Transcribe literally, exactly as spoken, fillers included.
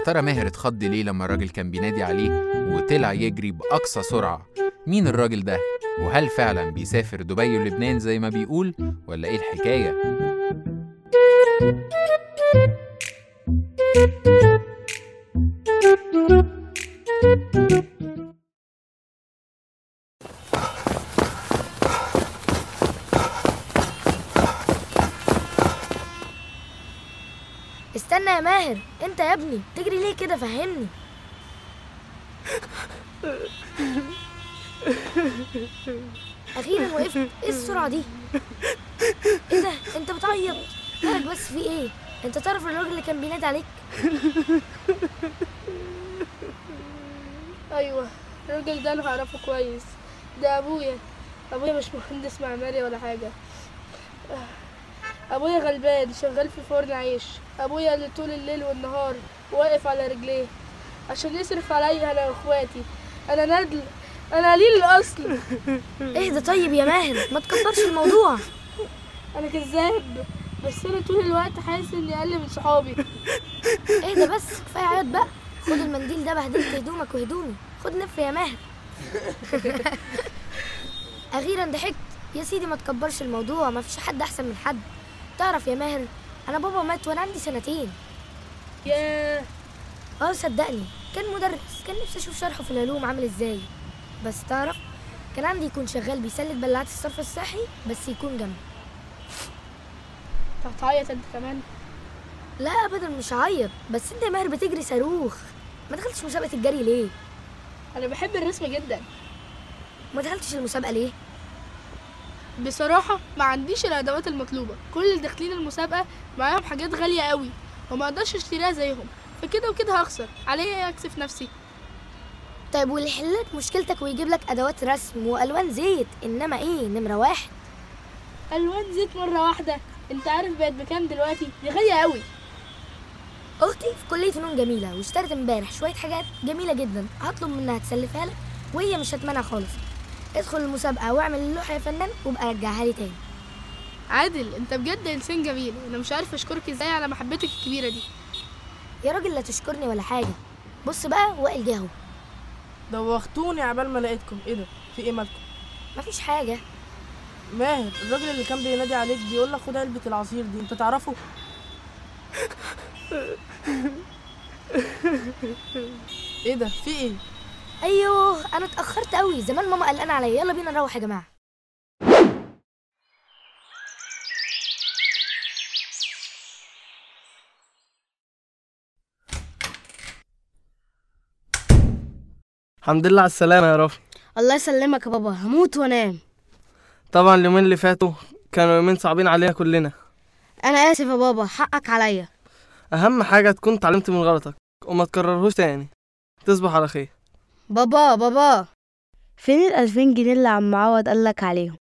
ترى ماهر اتخض ليه لما الراجل كان بينادي عليه وطلع يجري بأقصى سرعة؟ مين الراجل ده؟ وهل فعلا بيسافر دبي ولبنان زي ما بيقول ولا ايه الحكاية؟ استنى يا ماهر، انت يا ابني تجري ليه كده؟ فهمني. اخيرا وقفت. ايه السرعه دي؟ ايه ده؟ انت بتعيط؟ مالك بس؟ في ايه؟ انت تعرف الراجل اللي كان بينادي عليك؟ ايوه، الراجل ده انا هعرفه كويس. ده ابويا. ابويا مش مهندس معماري ولا حاجه. ابويا غلبان شغال في فرن عيش. ابويا اللي طول الليل والنهار واقف على رجليه عشان يصرف عليا انا واخواتي. انا ندل، انا قليل الاصل. اهدى طيب يا ماهر، ما تكبرش الموضوع. انا كذاب، بس انا طول الوقت حاسس اني اقل من صحابي. اهدى بس، كفايه عياط بقى. خد المنديل ده، بهدلت هدومك وهدومي. خد نف يا ماهر. اخيرا ضحكت يا سيدي. ما تكبرش الموضوع، ما فيش حد احسن من حد. تعرف يا ماهر، انا بابا مات وانا عندي سنتين. ياه. اه صدقني، كان مدرس. كان نفسي اشوف شرحه في العلوم عامل ازاي. بس تعرف، كان عندي يكون شغال بيسلك بلعات الصرف الصحي، بس يكون جنبي. انت هتعيط انت كمان؟ لا ابدا مش هعيط، بس انت يا ماهر بتجري صاروخ. ما دخلتش مسابقه الجري ليه؟ انا بحب الرسم جدا. ما دخلتش المسابقه ليه؟ بصراحه ما عنديش الادوات المطلوبه. كل اللي داخلين المسابقه معاهم حاجات غاليه قوي وما اقدرش اشتريها زيهم، فكده وكده هخسر. عليا اكسف نفسي. طيب واللي يحللك مشكلتك ويجيب لك ادوات رسم والوان زيت، انما ايه نمره واحد؟ الوان زيت مره واحده؟ انت عارف بقت بكام دلوقتي؟ دي غاليه قوي. اختي في كليه فنون جميله واشترت امبارح شويه حاجات جميله جدا. هطلب منها تسلفها لك وهي مش هتمنع خالص. ادخل المسابقه واعمل اللوحه يا فنان وابقى رجعها لي تاني. عادل، انت بجد انسان جميل. انا مش عارف اشكرك ازاي على محبتك الكبيره دي. يا راجل لا تشكرني ولا حاجه. بص بقى، وائل جه اهو. دوختوني عبال ما لقيتكم. ايه ده؟ في ايه مالكم؟ مفيش حاجه. ماهر، الراجل اللي كان بينادي عليك بيقول لك خد علبه العصير دي، انت تعرفه؟ ايه ده؟ في ايه؟ ايوه انا اتاخرت قوي. زمان ماما قلقانه عليا. يلا بينا نروح يا جماعه. الحمد لله على السلامه يا رافي. الله يسلمك يا بابا، هموت وانام. طبعا اليومين اللي فاتوا كانوا يومين صعبين علينا كلنا. انا اسف يا بابا، حقك عليا. اهم حاجه تكون اتعلمت من غلطك وما تكررهوش تاني. تصبح على خير. بابا بابا، فين الألفين جنيه اللي عم عوض قالك عليهم؟